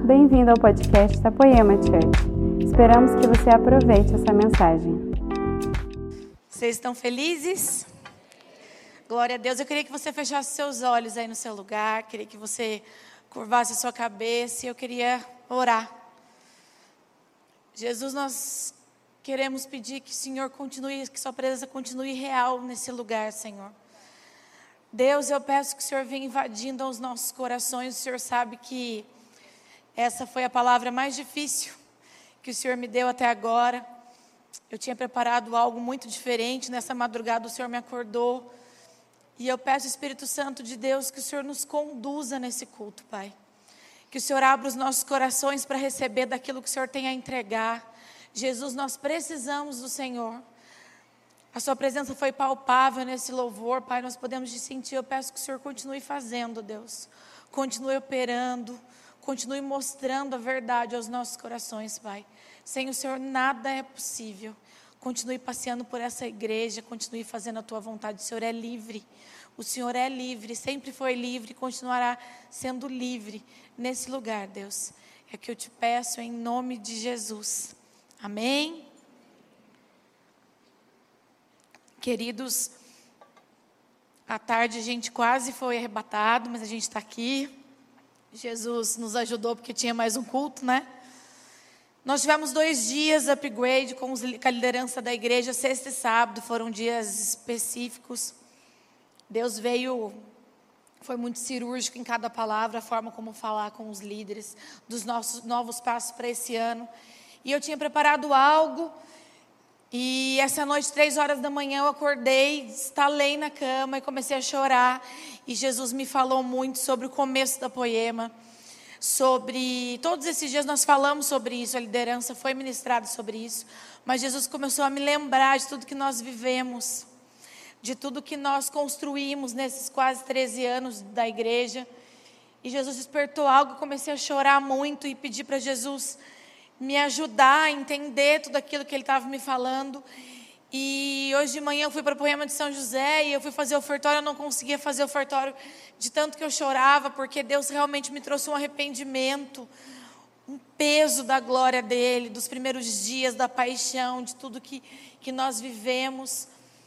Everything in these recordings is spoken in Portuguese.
bem-vindo ao podcast da Poema Church. Esperamos que você aproveite essa mensagem. Vocês estão felizes? Glória a Deus. Eu queria que você fechasse seus olhos aí no seu lugar. Queria que você curvasse a sua cabeça e eu queria orar. Jesus, nós queremos pedir que o Senhor continue, que sua presença continue real nesse lugar, Senhor. Deus, eu peço que o Senhor venha invadindo os nossos corações. O Senhor sabe que essa foi a palavra mais difícil que o Senhor me deu até agora. Eu tinha preparado algo muito diferente. Nessa madrugada o Senhor me acordou. E eu peço, Espírito Santo de Deus, que o Senhor nos conduza nesse culto, Pai. Que o Senhor abra os nossos corações para receber daquilo que o Senhor tem a entregar. Jesus, nós precisamos do Senhor. A sua presença foi palpável nesse louvor, Pai, nós podemos te sentir. Eu peço que o Senhor continue fazendo, Deus. Continue operando, continue mostrando a verdade aos nossos corações, Pai. Sem o Senhor nada é possível. Continue passeando por essa igreja, continue fazendo a tua vontade. O Senhor é livre, o Senhor é livre, sempre foi livre e continuará sendo livre nesse lugar, Deus. É o que eu te peço em nome de Jesus. Amém? Queridos, à tarde a gente quase foi arrebatado, mas a gente está aqui. Jesus nos ajudou porque tinha mais um culto, né? Nós tivemos 2 dias upgrade com a liderança da igreja, sexta e sábado, foram dias específicos. Deus veio, foi muito cirúrgico em cada palavra, a forma como falar com os líderes, dos nossos novos passos para esse ano. E eu tinha preparado algo. E essa noite, 3 horas da manhã, eu acordei, estalei na cama e comecei a chorar. E Jesus me falou muito sobre o começo da Poema. Sobre, todos esses dias nós falamos sobre isso, a liderança foi ministrada sobre isso. Mas Jesus começou a me lembrar de tudo que nós vivemos. De tudo que nós construímos nesses quase 13 anos da igreja. E Jesus despertou algo, eu comecei a chorar muito e pedir para Jesus me ajudar a entender tudo aquilo que ele estava me falando. E hoje de manhã eu fui para a Poema de São José e eu fui fazer o ofertório. Eu não conseguia fazer o ofertório de tanto que eu chorava, porque Deus realmente me trouxe um arrependimento, um peso da glória dele, dos primeiros dias, da paixão, de tudo que nós vivemos.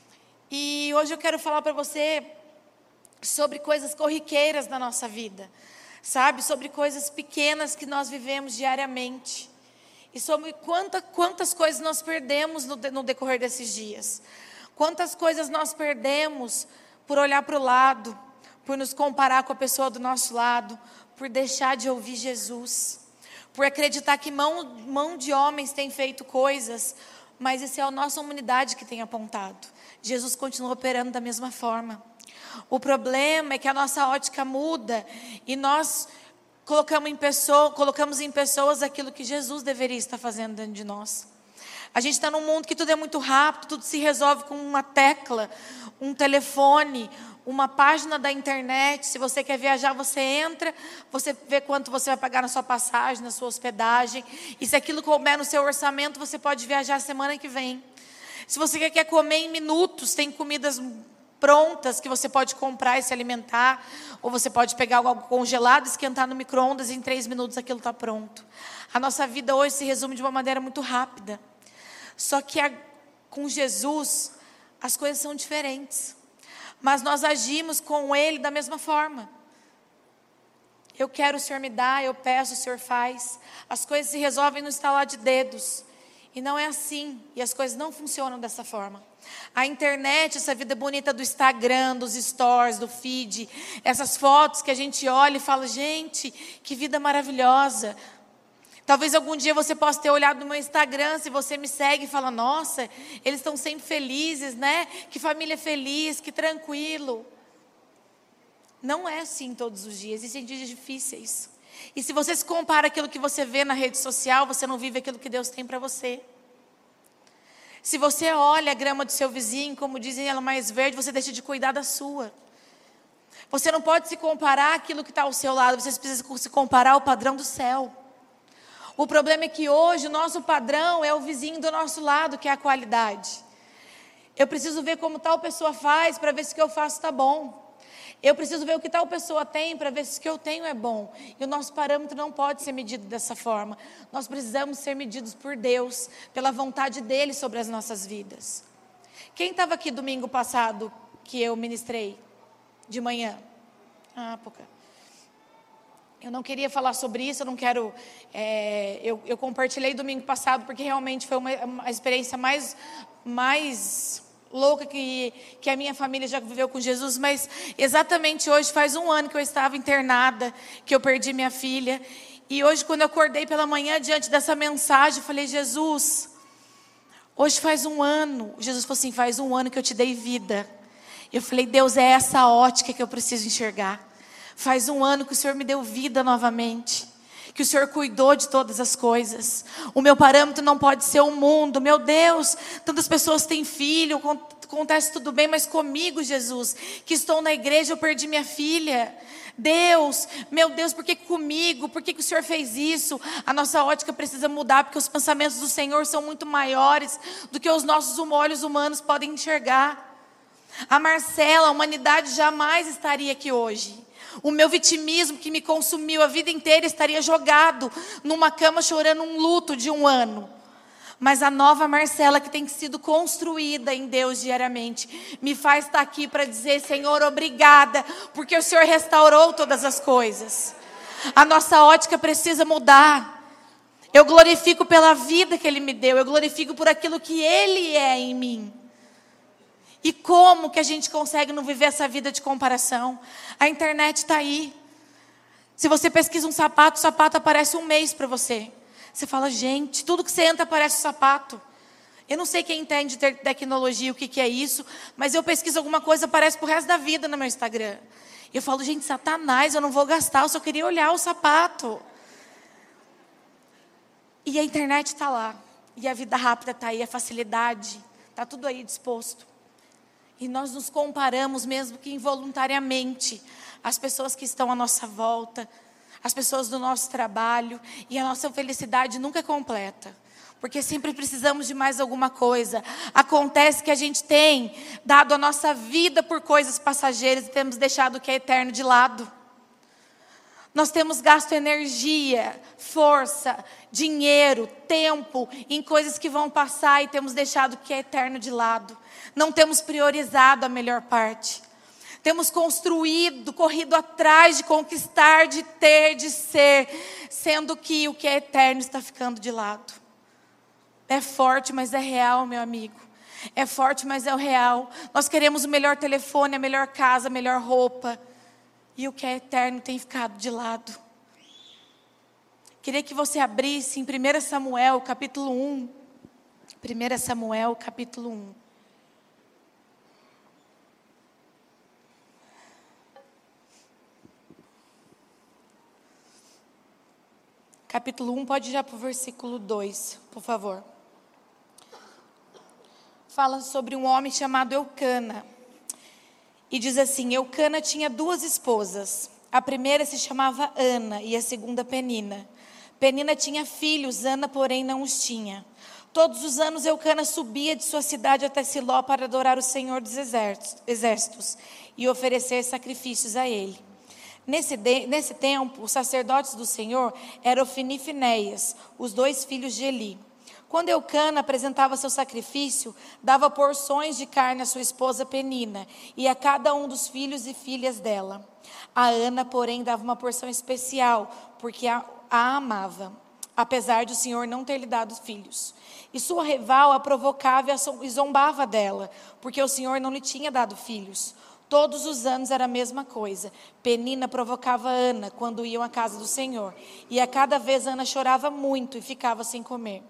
E hoje eu quero falar para você sobre coisas corriqueiras da nossa vida, sabe? Sobre coisas pequenas que nós vivemos diariamente. E sobre quantas coisas nós perdemos no decorrer desses dias. Quantas coisas nós perdemos por olhar para o lado, por nos comparar com a pessoa do nosso lado, por deixar de ouvir Jesus, por acreditar que mão de homens tem feito coisas, mas isso é a nossa humanidade que tem apontado. Jesus continua operando da mesma forma. O problema é que a nossa ótica muda e nós colocamos em pessoas aquilo que Jesus deveria estar fazendo dentro de nós. A gente está num mundo que tudo é muito rápido, tudo se resolve com uma tecla, um telefone, uma página da internet. Se você quer viajar, você entra, você vê quanto você vai pagar na sua passagem, na sua hospedagem. E se aquilo couber no seu orçamento, você pode viajar semana que vem. Se você quer comer em minutos, tem comidas prontas que você pode comprar e se alimentar, ou você pode pegar algo congelado, esquentar no micro-ondas e em 3 minutos aquilo está pronto. A nossa vida hoje se resume de uma maneira muito rápida. Só que com Jesus as coisas são diferentes, mas nós agimos com Ele da mesma forma. Eu quero, o Senhor me dá, eu peço, o Senhor faz. As coisas se resolvem no estalar de dedos. E não é assim, e as coisas não funcionam dessa forma. A internet, essa vida bonita do Instagram, dos stories, do feed, essas fotos que a gente olha e fala, gente, que vida maravilhosa. Talvez algum dia você possa ter olhado no meu Instagram, se você me segue e fala, nossa, eles estão sempre felizes, né? Que família feliz, que tranquilo. Não é assim todos os dias, existem dias difíceis. E se você se compara aquilo que você vê na rede social, você não vive aquilo que Deus tem para você. Se você olha a grama do seu vizinho, como dizem, ela mais verde, você deixa de cuidar da sua. Você não pode se comparar aquilo que está ao seu lado, você precisa se comparar ao padrão do céu. O problema é que hoje o nosso padrão é o vizinho do nosso lado, que é a qualidade. Eu preciso ver como tal pessoa faz para ver se o que eu faço está bom. Eu preciso ver o que tal pessoa tem para ver se o que eu tenho é bom. E o nosso parâmetro não pode ser medido dessa forma. Nós precisamos ser medidos por Deus, pela vontade dEle sobre as nossas vidas. Quem estava aqui domingo passado que eu ministrei de manhã? Pouca. Eu não queria falar sobre isso, eu não quero... eu compartilhei domingo passado porque realmente foi uma experiência mais louca que a minha família já viveu com Jesus, mas exatamente hoje faz 1 ano que eu estava internada, que eu perdi minha filha, e hoje quando eu acordei pela manhã diante dessa mensagem, eu falei, Jesus, hoje faz 1 ano, Jesus falou assim, faz 1 ano que eu te dei vida. Eu falei, Deus, é essa ótica que eu preciso enxergar. Faz 1 ano que o Senhor me deu vida novamente, que o Senhor cuidou de todas as coisas. O meu parâmetro não pode ser o mundo. Meu Deus, tantas pessoas têm filho, acontece tudo bem, mas comigo, Jesus, que estou na igreja, eu perdi minha filha. Deus, meu Deus, por que comigo? Por que o Senhor fez isso? A nossa ótica precisa mudar, porque os pensamentos do Senhor são muito maiores do que os nossos olhos humanos podem enxergar. A Marcela, a humanidade jamais estaria aqui hoje. O meu vitimismo que me consumiu a vida inteira estaria jogado numa cama chorando um luto de 1 ano. Mas a nova Marcela que tem sido construída em Deus diariamente, me faz estar aqui para dizer, Senhor, obrigada, porque o Senhor restaurou todas as coisas. A nossa ótica precisa mudar. Eu glorifico pela vida que Ele me deu, eu glorifico por aquilo que Ele é em mim. E como que a gente consegue não viver essa vida de comparação? A internet está aí. Se você pesquisa um sapato, o sapato aparece 1 mês para você. Você fala, gente, tudo que você entra aparece o sapato. Eu não sei quem entende de tecnologia, o que é isso, mas eu pesquiso alguma coisa, aparece pro resto da vida no meu Instagram. E eu falo, gente, Satanás, eu não vou gastar, eu só queria olhar o sapato. E a internet está lá. E a vida rápida está aí, a facilidade, está tudo aí disposto. E nós nos comparamos, mesmo que involuntariamente, as pessoas que estão à nossa volta, as pessoas do nosso trabalho, e a nossa felicidade nunca é completa, porque sempre precisamos de mais alguma coisa. Acontece que a gente tem dado a nossa vida por coisas passageiras e temos deixado o que é eterno de lado. Nós temos gasto energia, força, dinheiro, tempo em coisas que vão passar e temos deixado o que é eterno de lado. Não temos priorizado a melhor parte. Temos construído, corrido atrás de conquistar, de ter, de ser, sendo que o que é eterno está ficando de lado. É forte, mas é real, meu amigo. É forte, mas é o real. Nós queremos o melhor telefone, a melhor casa, a melhor roupa. E o que é eterno tem ficado de lado. Queria que você abrisse em 1 Samuel, capítulo 1. 1 Samuel, capítulo 1. Capítulo 1, pode ir já para o versículo 2, por favor. Fala sobre um homem chamado Eucana. E diz assim, Eucana tinha 2 esposas. A primeira se chamava Ana e a segunda Penina. Penina tinha filhos, Ana, porém, não os tinha. Todos os anos Eucana subia de sua cidade até Siló para adorar o Senhor dos exércitos e oferecer sacrifícios a ele. Nesse tempo, os sacerdotes do Senhor eram Ofni e Finéias, os 2 filhos de Eli. Quando Eucana apresentava seu sacrifício, dava porções de carne à sua esposa Penina e a cada um dos filhos e filhas dela. A Ana, porém, dava uma porção especial, porque a amava, apesar de o Senhor não ter lhe dado filhos. E sua rival a provocava e zombava dela, porque o Senhor não lhe tinha dado filhos. Todos os anos era a mesma coisa. Penina provocava Ana quando iam à casa do Senhor. E a cada vez Ana chorava muito e ficava sem comer.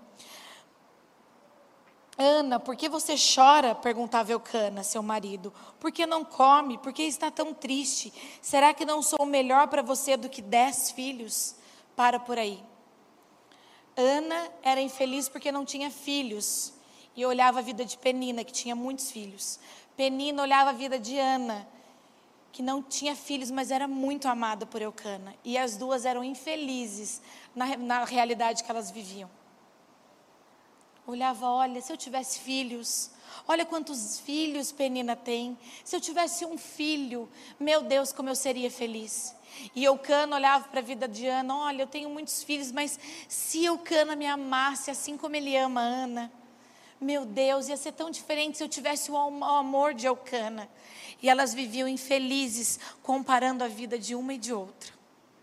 Ana, por que você chora? Perguntava Eucana, seu marido. Por que não come? Por que está tão triste? Será que não sou melhor para você do que 10 filhos? Para por aí. Ana era infeliz porque não tinha filhos. E olhava a vida de Penina, que tinha muitos filhos. Penina olhava a vida de Ana, que não tinha filhos, mas era muito amada por Eucana. E as duas eram infelizes na realidade que elas viviam. Olhava, olha, se eu tivesse filhos, olha quantos filhos Penina tem. Se eu tivesse um filho, meu Deus, como eu seria feliz. E Eucana olhava para a vida de Ana, olha, eu tenho muitos filhos, mas se Eucana me amasse assim como ele ama a Ana, meu Deus, ia ser tão diferente se eu tivesse o amor de Eucana. E elas viviam infelizes, comparando a vida de uma e de outra.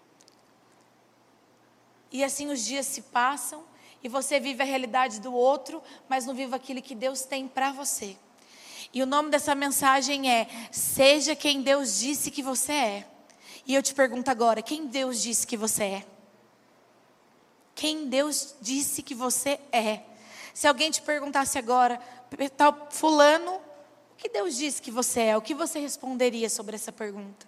E assim os dias se passam, e você vive a realidade do outro, mas não vive aquilo que Deus tem para você. E o nome dessa mensagem é: seja quem Deus disse que você é. E eu te pergunto agora, quem Deus disse que você é? Quem Deus disse que você é? Se alguém te perguntasse agora, tal fulano, o que Deus disse que você é? O que você responderia sobre essa pergunta?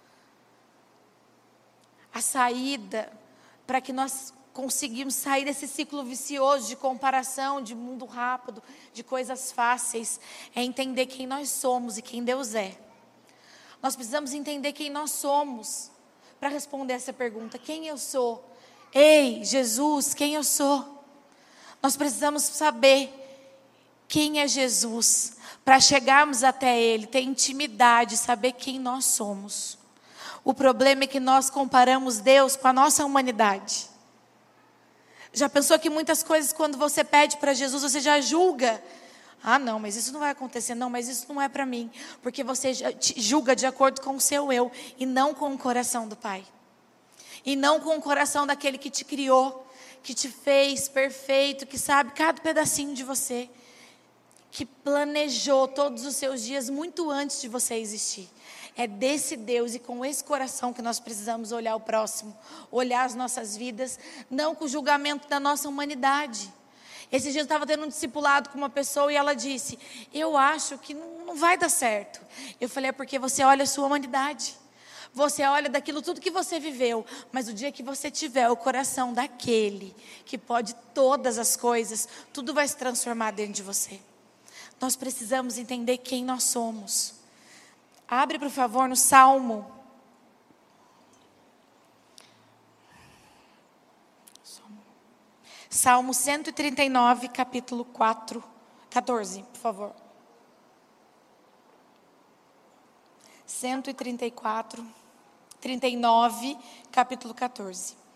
A saída para que nós conseguimos sair desse ciclo vicioso de comparação, de mundo rápido, de coisas fáceis, é entender quem nós somos e quem Deus é. Nós precisamos entender quem nós somos para responder essa pergunta: quem eu sou? Ei, Jesus, quem eu sou? Nós precisamos saber quem é Jesus, para chegarmos até Ele, ter intimidade, saber quem nós somos. O problema é que nós comparamos Deus com a nossa humanidade. Já pensou que muitas coisas, quando você pede para Jesus, você já julga? Ah, não, mas isso não vai acontecer. Não, mas isso não é para mim. Porque você julga de acordo com o seu eu, e não com o coração do Pai. E não com o coração daquele que te criou, que te fez perfeito, que sabe cada pedacinho de você, que planejou todos os seus dias muito antes de você existir. É desse Deus e com esse coração que nós precisamos olhar o próximo, olhar as nossas vidas, não com o julgamento da nossa humanidade. Esses dias eu estava tendo um discipulado com uma pessoa e ela disse: eu acho que não vai dar certo. Eu falei: é porque você olha a sua humanidade. Você olha daquilo tudo que você viveu, mas o dia que você tiver o coração daquele que pode todas as coisas, tudo vai se transformar dentro de você. Nós precisamos entender quem nós somos. Abre, por favor, no Salmo. Salmo 139, capítulo 14, por favor. 39, capítulo 14.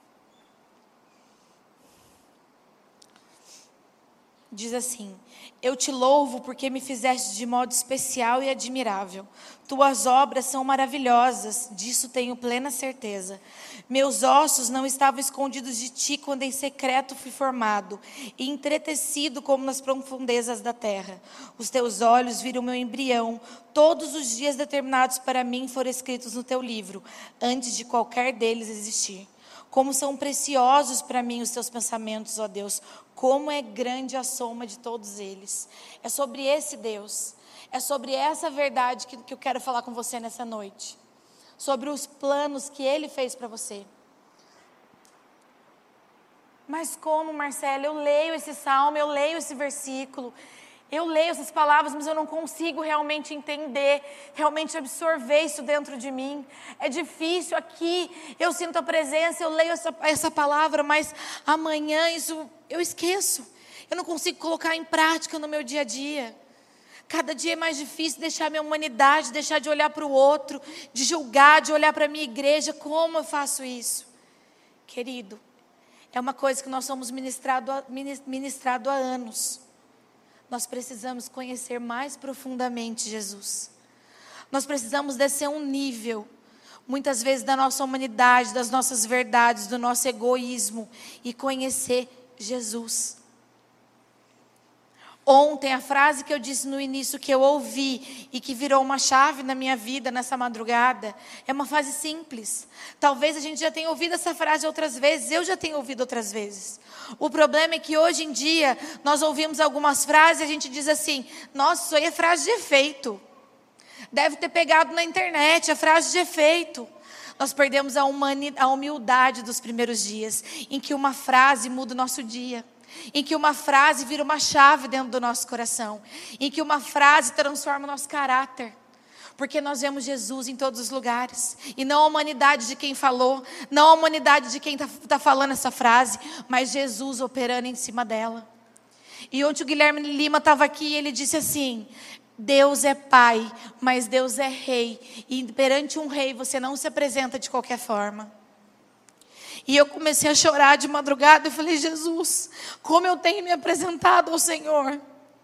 Diz assim: eu te louvo porque me fizeste de modo especial e admirável. Tuas obras são maravilhosas, disso tenho plena certeza. Meus ossos não estavam escondidos de ti quando em secreto fui formado, e entretecido como nas profundezas da terra. Os teus olhos viram meu embrião, todos os dias determinados para mim foram escritos no teu livro, antes de qualquer deles existir. Como são preciosos para mim os teus pensamentos, ó Deus, como é grande a soma de todos eles. É sobre esse Deus, é sobre essa verdade que eu quero falar com você nessa noite. Sobre os planos que Ele fez para você. Mas como, Marcela, eu leio esse salmo, eu leio esse versículo, eu leio essas palavras, mas eu não consigo realmente entender, realmente absorver isso dentro de mim. É difícil aqui, eu sinto a presença, eu leio essa palavra, mas amanhã isso eu esqueço. Eu não consigo colocar em prática no meu dia a dia. Cada dia é mais difícil deixar minha humanidade, deixar de olhar para o outro, de julgar, de olhar para a minha igreja. Como eu faço isso? Querido, é uma coisa que nós somos ministrado há anos. Nós precisamos conhecer mais profundamente Jesus. Nós precisamos descer um nível, muitas vezes, da nossa humanidade, das nossas verdades, do nosso egoísmo, e conhecer Jesus. Ontem, a frase que eu disse no início, que eu ouvi e que virou uma chave na minha vida nessa madrugada, é uma frase simples. Talvez a gente já tenha ouvido essa frase outras vezes, eu já tenho ouvido outras vezes. O problema é que hoje em dia, nós ouvimos algumas frases e a gente diz assim: nossa, isso aí é frase de efeito. Deve ter pegado na internet, é frase de efeito. Nós perdemos a humildade dos primeiros dias, em que uma frase muda o nosso dia. Em que uma frase vira uma chave dentro do nosso coração. Em que uma frase transforma o nosso caráter. Porque nós vemos Jesus em todos os lugares. E não a humanidade de quem falou. Não a humanidade de quem está falando essa frase. Mas Jesus operando em cima dela. E ontem o Guilherme Lima estava aqui e ele disse assim: Deus é pai, mas Deus é rei. E perante um rei você não se apresenta de qualquer forma. E eu comecei a chorar de madrugada e falei: Jesus, como eu tenho me apresentado ao Senhor.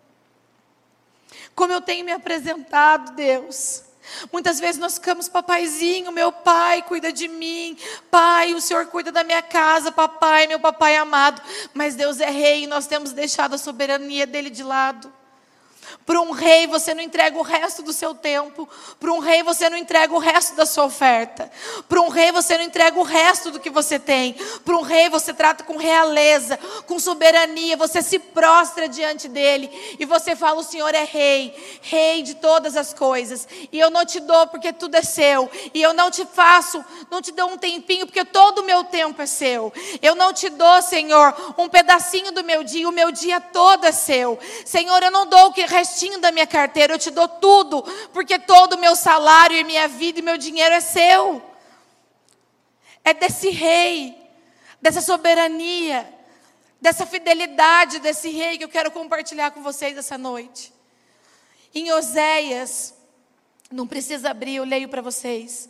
Como eu tenho me apresentado, Deus. Muitas vezes nós ficamos: papaizinho, meu pai cuida de mim. Pai, o Senhor cuida da minha casa. Papai, meu papai amado. Mas Deus é rei e nós temos deixado a soberania dele de lado. Para um rei você não entrega o resto do seu tempo. Para um rei você não entrega o resto da sua oferta. Para um rei você não entrega o resto do que você tem. Para um rei você trata com realeza, com soberania. Você se prostra diante dele e você fala: o Senhor é rei, rei de todas as coisas. E eu não te dou porque tudo é seu. E eu não te dou um tempinho porque todo o meu tempo é seu. Eu não te dou, Senhor, um pedacinho do meu dia. O meu dia todo é seu. Senhor, eu não dou o restinho da minha carteira, eu te dou tudo, porque todo o meu salário e minha vida e meu dinheiro é seu. É desse rei, dessa soberania, dessa fidelidade desse rei que eu quero compartilhar com vocês essa noite. Em Oséias, não precisa abrir, eu leio para vocês.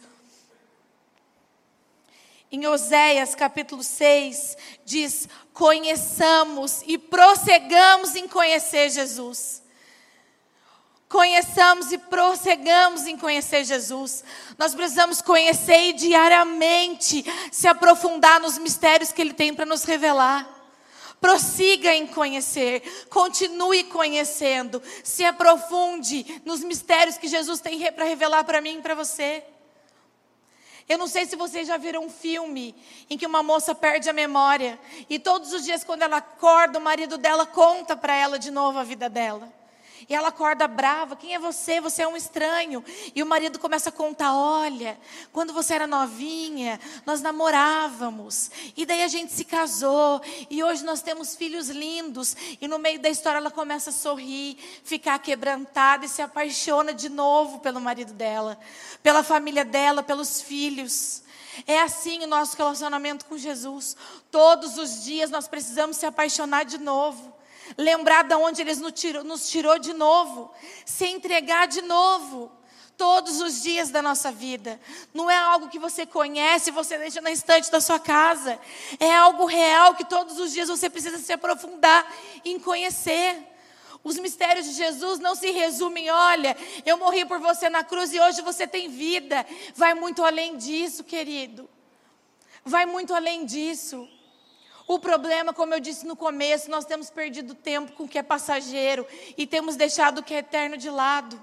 Em Oséias capítulo 6, diz: conheçamos e prossegamos em conhecer Jesus. Conheçamos e prossegamos em conhecer Jesus. Nós precisamos conhecer e diariamente se aprofundar nos mistérios que Ele tem para nos revelar. Prossiga em conhecer, continue conhecendo, se aprofunde nos mistérios que Jesus tem para revelar para mim e para você. Eu não sei se vocês já viram um filme em que uma moça perde a memória e todos os dias quando ela acorda, o marido dela conta para ela de novo a vida dela. E ela acorda brava: quem é você? Você é um estranho. E o marido começa a contar: olha, quando você era novinha, nós namorávamos. E daí a gente se casou. E hoje nós temos filhos lindos. E no meio da história ela começa a sorrir, ficar quebrantada e se apaixona de novo pelo marido dela, pela família dela, pelos filhos. É assim o nosso relacionamento com Jesus. Todos os dias nós precisamos se apaixonar de novo. Lembrar de onde Ele nos tirou de novo. Se entregar de novo. Todos os dias da nossa vida. Não é algo que você conhece e você deixa na estante da sua casa. É algo real que todos os dias você precisa se aprofundar em conhecer. Os mistérios de Jesus não se resumem: olha, eu morri por você na cruz e hoje você tem vida. Vai muito além disso, querido. Vai muito além disso. O problema, como eu disse no começo, nós temos perdido tempo com o que é passageiro e temos deixado o que é eterno de lado.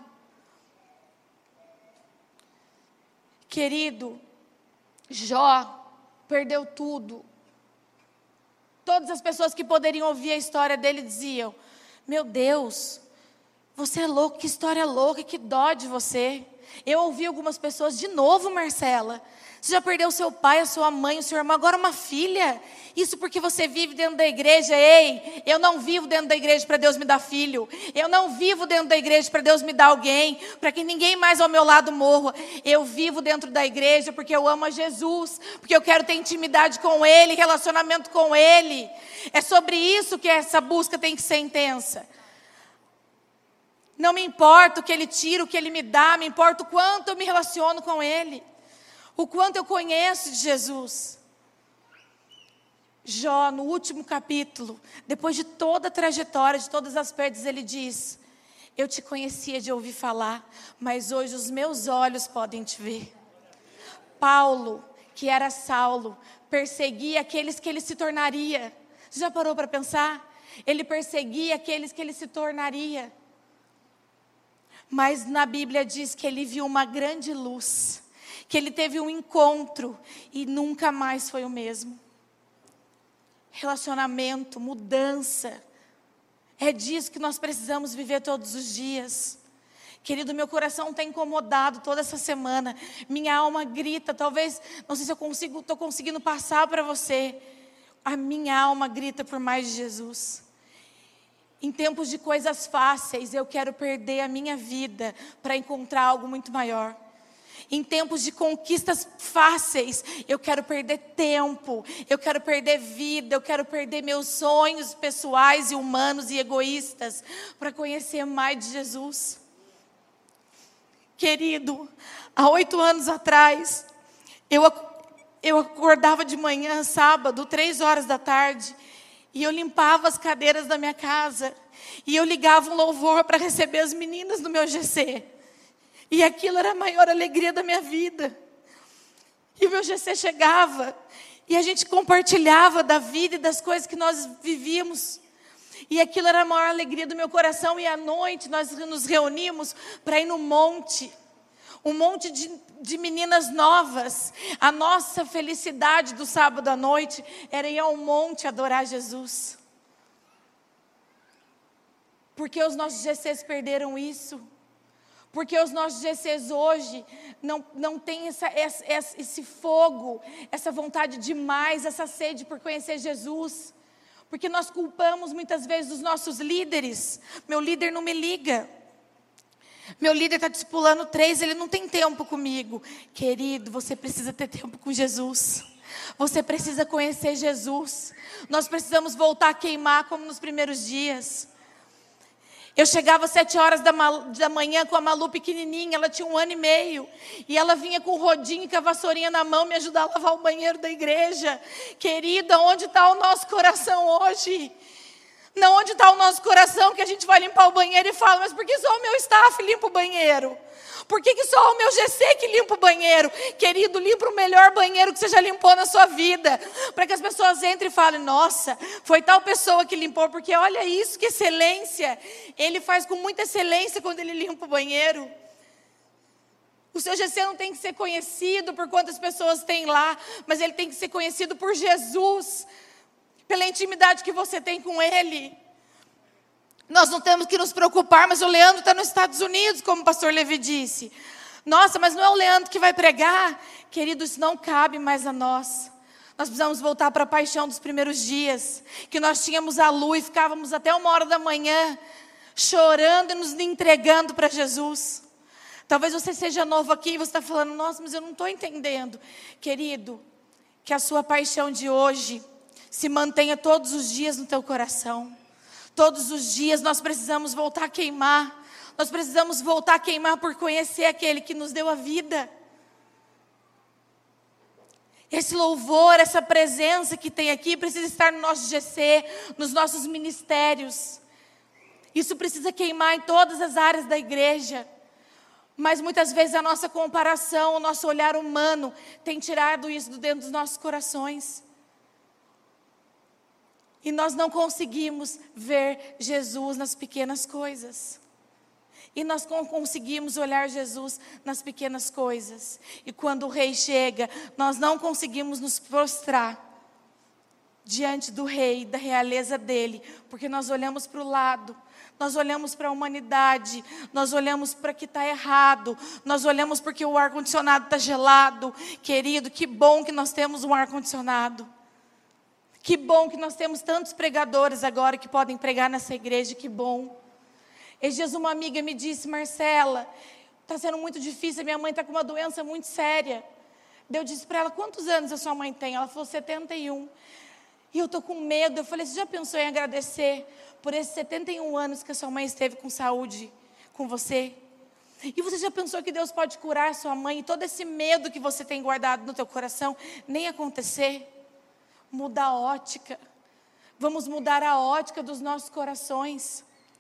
Querido, Jó perdeu tudo. Todas as pessoas que poderiam ouvir a história dele diziam: meu Deus, você é louco, que história louca, que dó de você. Eu ouvi algumas pessoas: de novo, Marcela, você já perdeu seu pai, a sua mãe, o seu irmão, agora uma filha. Isso porque você vive dentro da igreja. Ei, eu não vivo dentro da igreja para Deus me dar filho. Eu não vivo dentro da igreja para Deus me dar alguém, para que ninguém mais ao meu lado morra. Eu vivo dentro da igreja porque eu amo a Jesus, porque eu quero ter intimidade com Ele, relacionamento com Ele. É sobre isso que essa busca tem que ser intensa. Não me importa o que Ele tira, o que Ele me dá, me importa o quanto eu me relaciono com Ele, o quanto eu conheço de Jesus. Jó, no último capítulo, depois de toda a trajetória, de todas as perdas, ele diz: eu te conhecia de ouvir falar, mas hoje os meus olhos podem te ver. Paulo, que era Saulo, perseguia aqueles que ele se tornaria. Você já parou para pensar? Ele perseguia aqueles que ele se tornaria. Mas na Bíblia diz que ele viu uma grande luz, que ele teve um encontro e nunca mais foi o mesmo. Relacionamento, mudança, é disso que nós precisamos viver todos os dias. Querido, meu coração está incomodado toda essa semana, minha alma grita, talvez, não sei se eu estou conseguindo passar para você, a minha alma grita por mais de Jesus. Em tempos de coisas fáceis, eu quero perder a minha vida para encontrar algo muito maior. Em tempos de conquistas fáceis, eu quero perder tempo, eu quero perder vida, eu quero perder meus sonhos pessoais e humanos e egoístas para conhecer mais de Jesus. Querido, há 8 anos atrás, eu acordava de manhã, sábado, 3 horas da tarde, e eu limpava as cadeiras da minha casa, e eu ligava um louvor para receber as meninas do meu GC. E aquilo era a maior alegria da minha vida. E o meu GC chegava, e a gente compartilhava da vida e das coisas que nós vivíamos. E aquilo era a maior alegria do meu coração. E à noite nós nos reunimos para ir no monte. Um monte de meninas novas. A nossa felicidade do sábado à noite era ir ao monte adorar Jesus. Porque os nossos GCs perderam isso. Porque os nossos GCs hoje não têm esse fogo, essa vontade de mais, essa sede por conhecer Jesus. Porque nós culpamos muitas vezes os nossos líderes. Meu líder não me liga. Meu líder está discipulando 3, ele não tem tempo comigo. Querido, você precisa ter tempo com Jesus. Você precisa conhecer Jesus. Nós precisamos voltar a queimar como nos primeiros dias. Eu chegava às 7 horas da manhã com a Malu pequenininha, ela tinha 1 ano e meio. E ela vinha com o rodinho e com a vassourinha na mão me ajudar a lavar o banheiro da igreja. Querida, onde está o nosso coração hoje? Não, onde está o nosso coração que a gente vai limpar o banheiro e fala, mas por que só o meu staff limpa o banheiro? Por que só o meu GC que limpa o banheiro? Querido, limpa o melhor banheiro que você já limpou na sua vida. Para que as pessoas entrem e falem, nossa, foi tal pessoa que limpou. Porque olha isso, que excelência. Ele faz com muita excelência quando ele limpa o banheiro. O seu GC não tem que ser conhecido por quantas pessoas tem lá. Mas ele tem que ser conhecido por Jesus. Pela intimidade que você tem com Ele. Nós não temos que nos preocupar, mas o Leandro está nos Estados Unidos, como o pastor Levi disse. Nossa, mas não é o Leandro que vai pregar? Querido, isso não cabe mais a nós. Nós precisamos voltar para a paixão dos primeiros dias. Que nós tínhamos a luz e ficávamos até 1 hora da manhã, chorando e nos entregando para Jesus. Talvez você seja novo aqui e você está falando, nossa, mas eu não estou entendendo. Querido, que a sua paixão de hoje se mantenha todos os dias no teu coração. Todos os dias nós precisamos voltar a queimar. Nós precisamos voltar a queimar por conhecer aquele que nos deu a vida. Esse louvor, essa presença que tem aqui precisa estar no nosso GC, nos nossos ministérios. Isso precisa queimar em todas as áreas da igreja. Mas muitas vezes a nossa comparação, o nosso olhar humano tem tirado isso do dentro dos nossos corações. E nós não conseguimos ver Jesus nas pequenas coisas. E nós não conseguimos olhar Jesus nas pequenas coisas. E quando o rei chega, nós não conseguimos nos prostrar diante do rei, da realeza dele. Porque nós olhamos para o lado, nós olhamos para a humanidade, nós olhamos para o que está errado, nós olhamos porque o ar-condicionado está gelado. Querido, que bom que nós temos um ar-condicionado. Que bom que nós temos tantos pregadores agora que podem pregar nessa igreja, que bom. Esses dias uma amiga me disse, Marcela, está sendo muito difícil, a minha mãe está com uma doença muito séria. Eu disse para ela, quantos anos a sua mãe tem? Ela falou, 71. E eu estou com medo. Eu falei, você já pensou em agradecer por esses 71 anos que a sua mãe esteve com saúde com você? E você já pensou que Deus pode curar a sua mãe e todo esse medo que você tem guardado no teu coração nem acontecer? Muda a ótica. Vamos mudar a ótica dos nossos corações.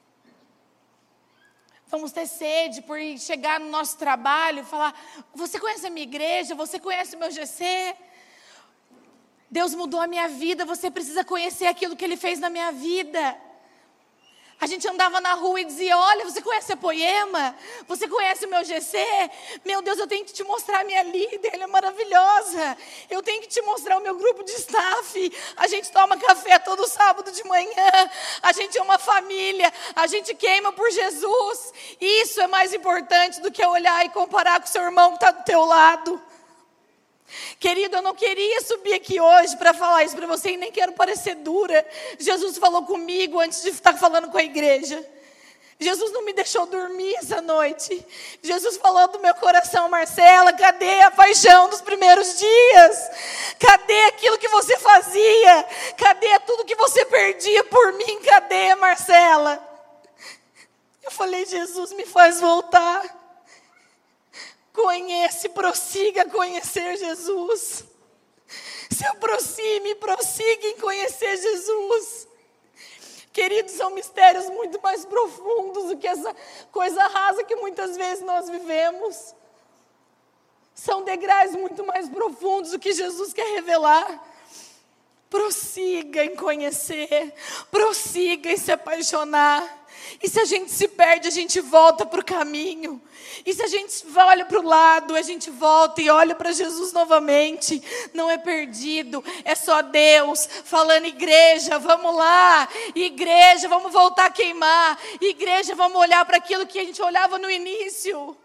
Vamos ter sede por chegar no nosso trabalho e falar, você conhece a minha igreja? Você conhece o meu GC? Deus mudou a minha vida, você precisa conhecer aquilo que Ele fez na minha vida. A gente andava na rua e dizia, olha, você conhece a Poema? Você conhece o meu GC? Meu Deus, eu tenho que te mostrar a minha líder, ela é maravilhosa. Eu tenho que te mostrar o meu grupo de staff. A gente toma café todo sábado de manhã. A gente é uma família. A gente queima por Jesus. Isso é mais importante do que olhar e comparar com o seu irmão que está do teu lado. Querido, eu não queria subir aqui hoje para falar isso para você e nem quero parecer dura. Jesus falou comigo antes de estar falando com a igreja. Jesus não me deixou dormir essa noite. Jesus falou do meu coração: Marcela, cadê a paixão dos primeiros dias? Cadê aquilo que você fazia? Cadê tudo que você perdia por mim? Cadê, Marcela? Eu falei: Jesus, me faz voltar. Conhece, prossiga a conhecer Jesus. Se aproxime, prossiga em conhecer Jesus. Queridos, são mistérios muito mais profundos do que essa coisa rasa que muitas vezes nós vivemos. São degraus muito mais profundos do que Jesus quer revelar. Prossiga em conhecer, prossiga em se apaixonar. E se a gente se perde, a gente volta para o caminho. E se a gente olha para o lado, a gente volta e olha para Jesus novamente. Não é perdido, é só Deus falando: igreja, vamos lá. Igreja, vamos voltar a queimar. Igreja, vamos olhar para aquilo que a gente olhava no início.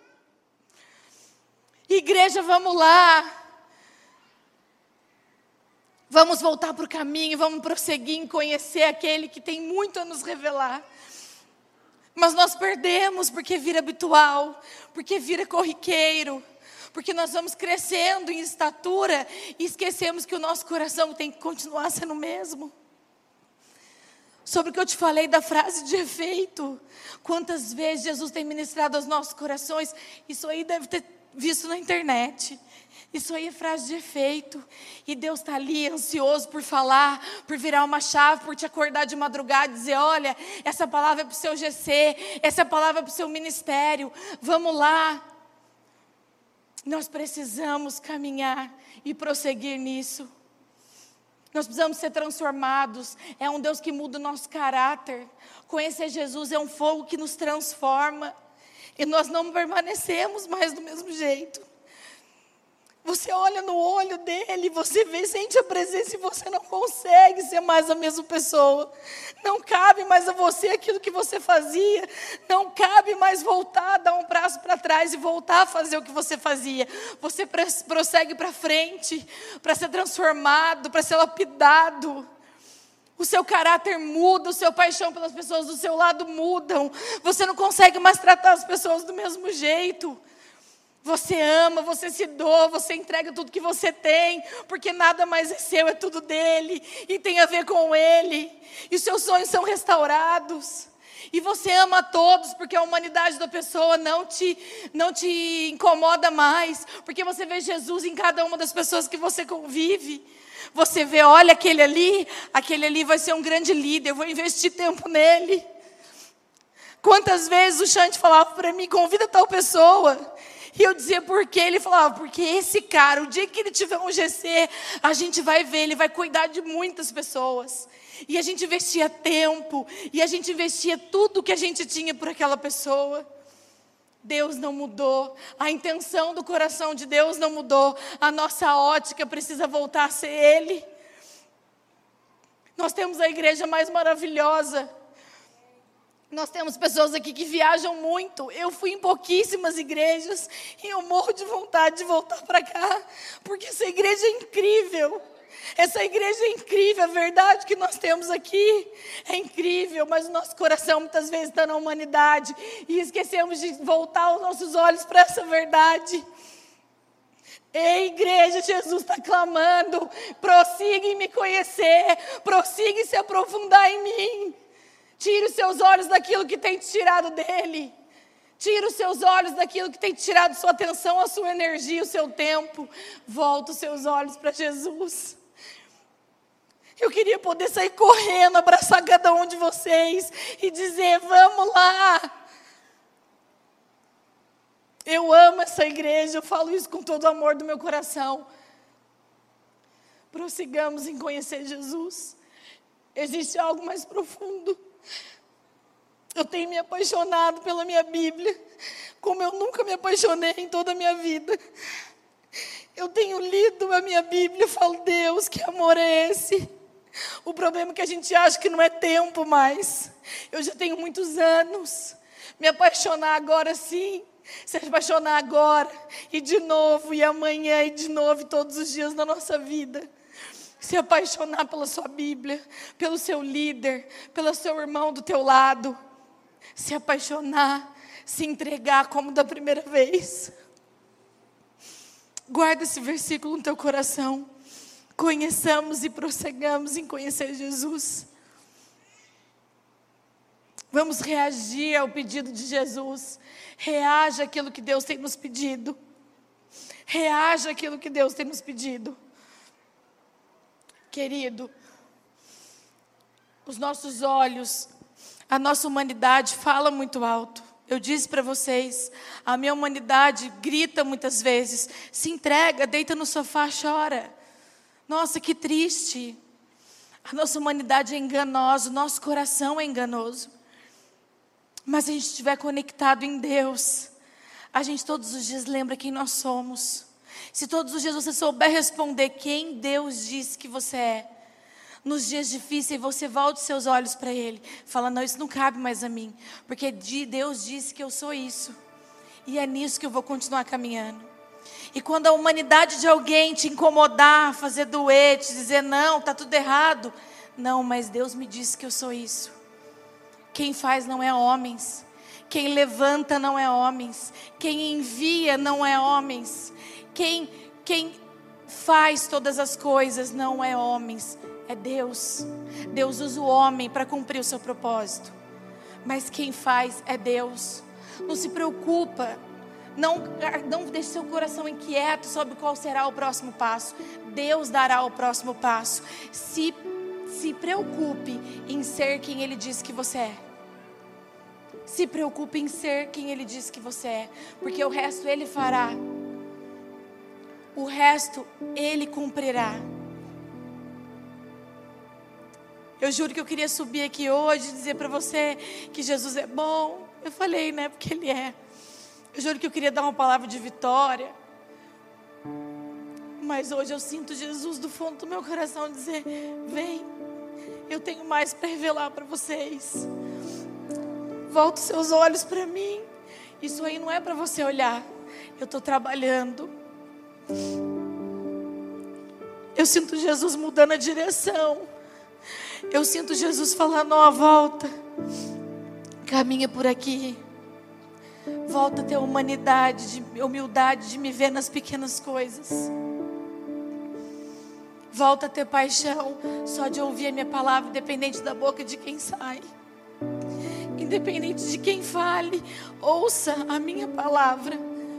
Igreja, vamos lá. Vamos voltar para o caminho, vamos prosseguir em conhecer aquele que tem muito a nos revelar. Mas nós perdemos porque vira habitual, porque vira corriqueiro, porque nós vamos crescendo em estatura e esquecemos que o nosso coração tem que continuar sendo o mesmo. Sobre o que eu te falei da frase de efeito, quantas vezes Jesus tem ministrado aos nossos corações, isso aí deve ter visto na internet. Isso aí é frase de efeito. E Deus está ali ansioso por falar, por virar uma chave, por te acordar de madrugada e dizer: olha, essa palavra é para o seu GC, essa palavra é para o seu ministério, vamos lá. Nós precisamos caminhar e prosseguir nisso. Nós precisamos ser transformados. É um Deus que muda o nosso caráter. Conhecer Jesus é um fogo que nos transforma. E nós não permanecemos mais do mesmo jeito. Você olha no olho dele, você vê, sente a presença e você não consegue ser mais a mesma pessoa. Não cabe mais a você aquilo que você fazia. Não cabe mais voltar, dar um passo para trás e voltar a fazer o que você fazia. Você prossegue para frente, para ser transformado, para ser lapidado. O seu caráter muda, o seu paixão pelas pessoas do seu lado mudam. Você não consegue mais tratar as pessoas do mesmo jeito. Você ama, você se doa, você entrega tudo que você tem, porque nada mais é seu, é tudo dele, e tem a ver com ele, e os seus sonhos são restaurados, e você ama a todos, porque a humanidade da pessoa não te incomoda mais, porque você vê Jesus em cada uma das pessoas que você convive. Você vê: olha, aquele ali vai ser um grande líder, eu vou investir tempo nele. Quantas vezes o Xande falava para mim: convida tal pessoa. E eu dizia: por quê? Ele falava: porque esse cara, o dia que ele tiver um GC, a gente vai ver, ele vai cuidar de muitas pessoas. E a gente investia tempo, e a gente investia tudo que a gente tinha por aquela pessoa. Deus não mudou, a intenção do coração de Deus não mudou, a nossa ótica precisa voltar a ser Ele. Nós temos a igreja mais maravilhosa. Nós temos pessoas aqui que viajam muito. Eu fui em pouquíssimas igrejas e eu morro de vontade de voltar para cá, porque essa igreja é incrível. Essa igreja é incrível, a verdade que nós temos aqui é incrível, mas o nosso coração muitas vezes está na humanidade e esquecemos de voltar os nossos olhos para essa verdade. Ei, igreja, Jesus está clamando: prossiga em me conhecer, prossiga em se aprofundar em mim. Tire os seus olhos daquilo que tem te tirado dele. Tira os seus olhos daquilo que tem te tirado sua atenção, a sua energia, o seu tempo. Volta os seus olhos para Jesus. Eu queria poder sair correndo, abraçar cada um de vocês e dizer: vamos lá. Eu amo essa igreja, eu falo isso com todo o amor do meu coração. Prossigamos em conhecer Jesus. Existe algo mais profundo. Eu tenho me apaixonado pela minha Bíblia, como eu nunca me apaixonei em toda a minha vida. Eu tenho lido a minha Bíblia e falo: Deus, que amor é esse? O problema é que a gente acha que não é tempo mais. Eu já tenho muitos anos. Me apaixonar agora sim. Se apaixonar agora, e de novo, e amanhã, e de novo, e todos os dias da nossa vida. Se apaixonar pela sua Bíblia, pelo seu líder, pelo seu irmão do teu lado. se apaixonar, se entregar como da primeira vez. Guarda esse versículo no teu coração. Conheçamos e prosseguamos em conhecer Jesus. Vamos reagir ao pedido de Jesus. Reaja àquilo que Deus tem nos pedido. Reaja àquilo que Deus tem nos pedido. Querido, os nossos olhos, a nossa humanidade fala muito alto. Eu disse para vocês, a minha humanidade grita muitas vezes, se entrega, deita no sofá, chora. Nossa, que triste. A nossa humanidade é enganosa, o nosso coração é enganoso. Mas se a gente estiver conectado em Deus, a gente todos os dias lembra quem nós somos. Se todos os dias você souber responder quem Deus diz que você é, nos dias difíceis você volta os seus olhos para Ele, fala, não, isso não cabe mais a mim, porque Deus disse que eu sou isso, e é nisso que eu vou continuar caminhando. E quando a humanidade de alguém te incomodar, fazer doer, te dizer, não, está tudo errado, não, mas Deus me disse que eu sou isso. Quem faz não é homens, quem levanta não é homens, quem envia não é homens, quem faz todas as coisas não é homens, é Deus. Deus usa o homem para cumprir o seu propósito, mas quem faz é Deus. Não se preocupa, não deixe seu coração inquieto sobre qual será o próximo passo. Deus dará o próximo passo. Se preocupe em ser quem Ele diz que você é. Se preocupe em ser quem Ele diz que você é, porque o resto Ele fará. O resto Ele cumprirá. Eu juro que eu queria subir aqui hoje e dizer para você que Jesus é bom. Eu falei, né? Porque Ele é. Eu juro que eu queria dar uma palavra de vitória. Mas hoje eu sinto Jesus do fundo do meu coração dizer, vem, eu tenho mais para revelar para vocês. Volta os seus olhos para mim. Isso aí não é para você olhar. Eu estou trabalhando. Eu sinto Jesus mudando a direção. Eu sinto Jesus falando, ó, volta. Caminha por aqui. Volta a ter humanidade, humildade de me ver nas pequenas coisas. Volta a ter paixão só de ouvir a minha palavra, independente da boca de quem sai. Independente de quem fale, ouça a minha palavra.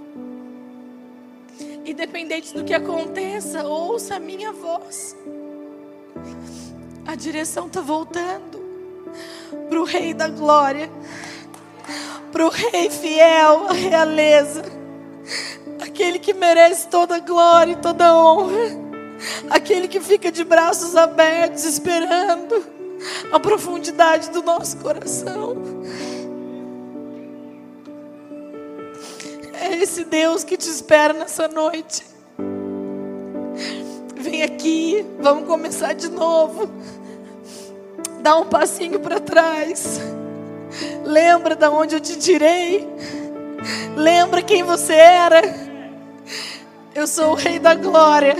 Independente do que aconteça, ouça a minha voz. A direção está voltando para o Rei da Glória, para o Rei fiel, a realeza, aquele que merece toda glória e toda honra, aquele que fica de braços abertos esperando a profundidade do nosso coração. É esse Deus que te espera nessa noite. Vem aqui, vamos começar de novo. Dá um passinho para trás. Lembra de onde eu te tirei. Lembra quem você era. Eu sou o Rei da Glória.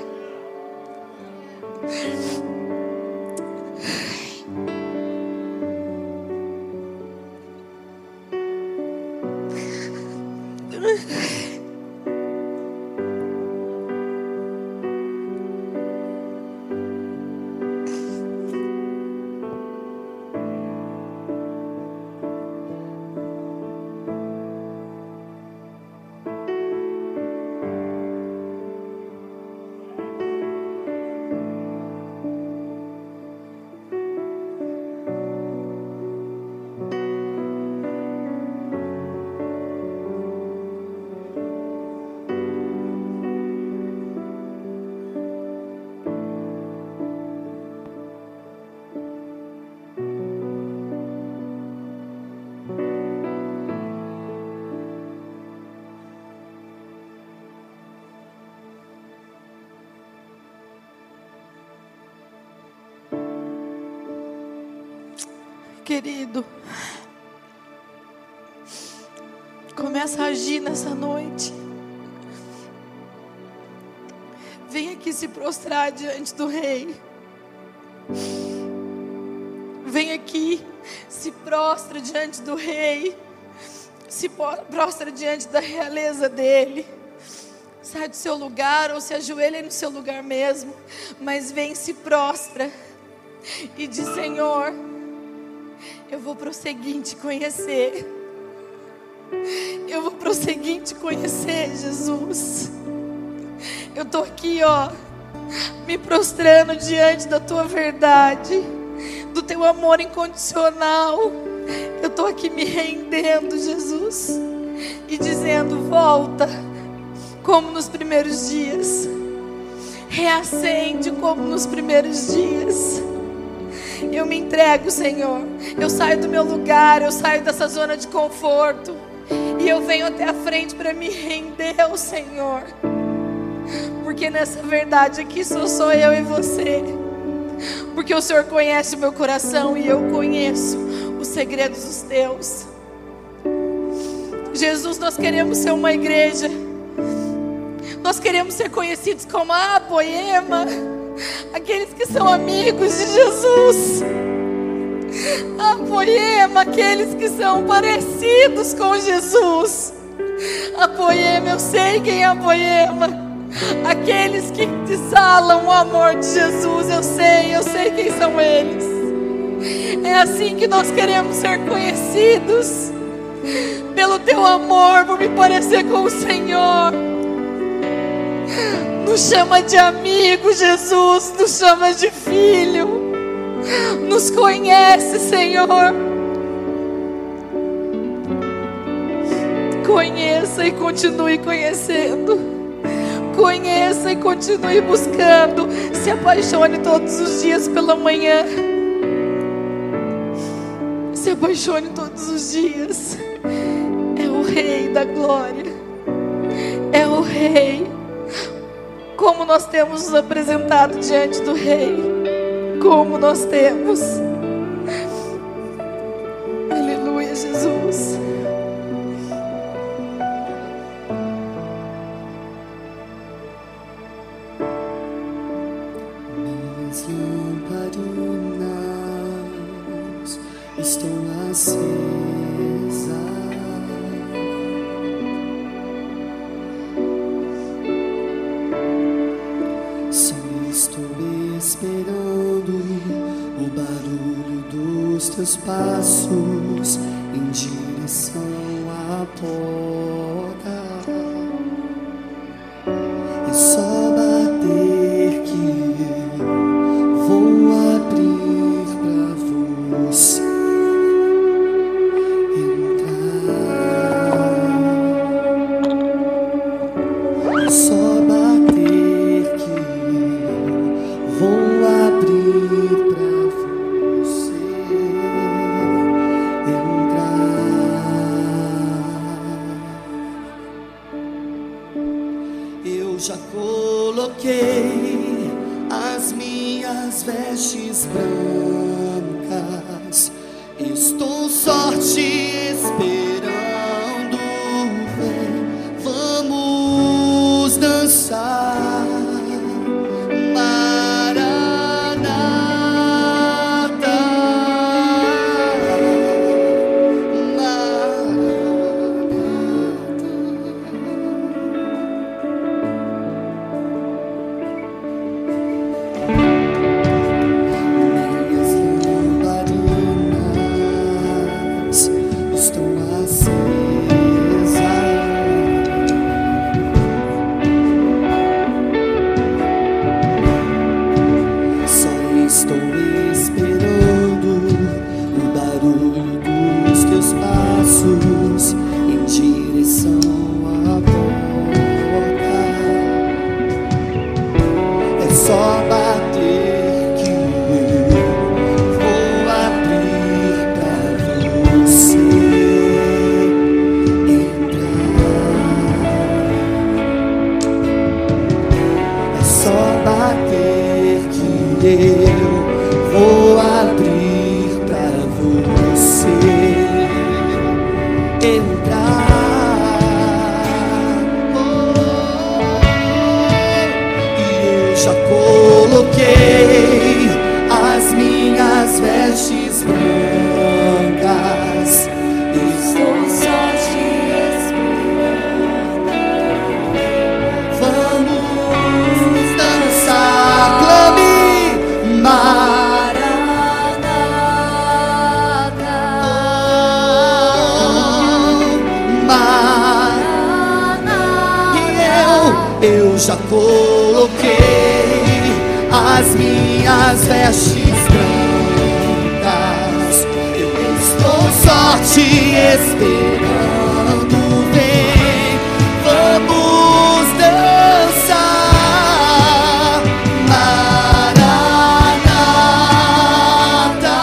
Querido, começa a agir nessa noite. Vem aqui se prostrar diante do Rei. vem aqui, se prostra diante do Rei, se prostra diante da realeza dEle. Sai do seu lugar ou se ajoelha no seu lugar mesmo, mas vem, se prostra e diz: Senhor, eu vou prosseguir em te conhecer. Eu vou prosseguir em te conhecer, Jesus. Eu estou aqui, me prostrando diante da tua verdade, do teu amor incondicional. Eu estou aqui me rendendo, Jesus, e dizendo: volta como nos primeiros dias, reacende como nos primeiros dias. Eu me entrego, Senhor. Eu saio do meu lugar, eu saio dessa zona de conforto e eu venho até a frente para me render ao Senhor, porque nessa verdade aqui sou eu e você, porque o Senhor conhece o meu coração e eu conheço os segredos dos teus. Jesus, nós queremos ser uma igreja, nós queremos ser conhecidos como a Poema, aqueles que são amigos de Jesus. A Poema, aqueles que são parecidos com Jesus. A Poema, eu sei quem é a Poema. Aqueles que exalam o amor de Jesus, eu sei quem são eles. É assim que nós queremos ser conhecidos, pelo teu amor, por me parecer com o Senhor. Nos chama de amigo, Jesus, nos chama de filho. Nos conhece, Senhor. Conheça e continue conhecendo. Conheça e continue buscando. Se apaixone todos os dias pela manhã. Se apaixone todos os dias. É o Rei da glória. É o Rei. Como nós temos nos apresentado diante do Rei. Como nós temos. Aleluia, Jesus. Minhas lamparinas estão acesas. Só estou esperando o barulho dos teus passos em direção à porta. É só bater que eu vou abrir pra você entrar. É só bater que eu vou abrir pra você entrar. Eu já coloquei as minhas vestes brancas, estou só te esperando. Vem, vamos dançar. Em direção à porta, é só bater que eu vou abrir pra você entrar. É só bater que eu vou abrir pra você entrar. E eu já coloquei as minhas vestes brancas, já coloquei as minhas vestes brancas. Eu estou só te esperando. Vem, vamos dançar. Maranata,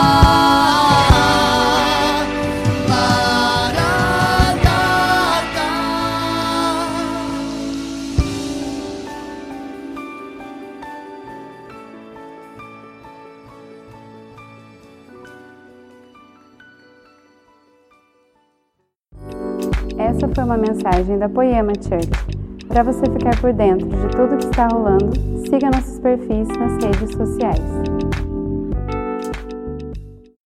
Maranata. Essa foi uma mensagem da Poema Church. Para você ficar por dentro de tudo que está rolando, siga nossos perfis nas redes sociais.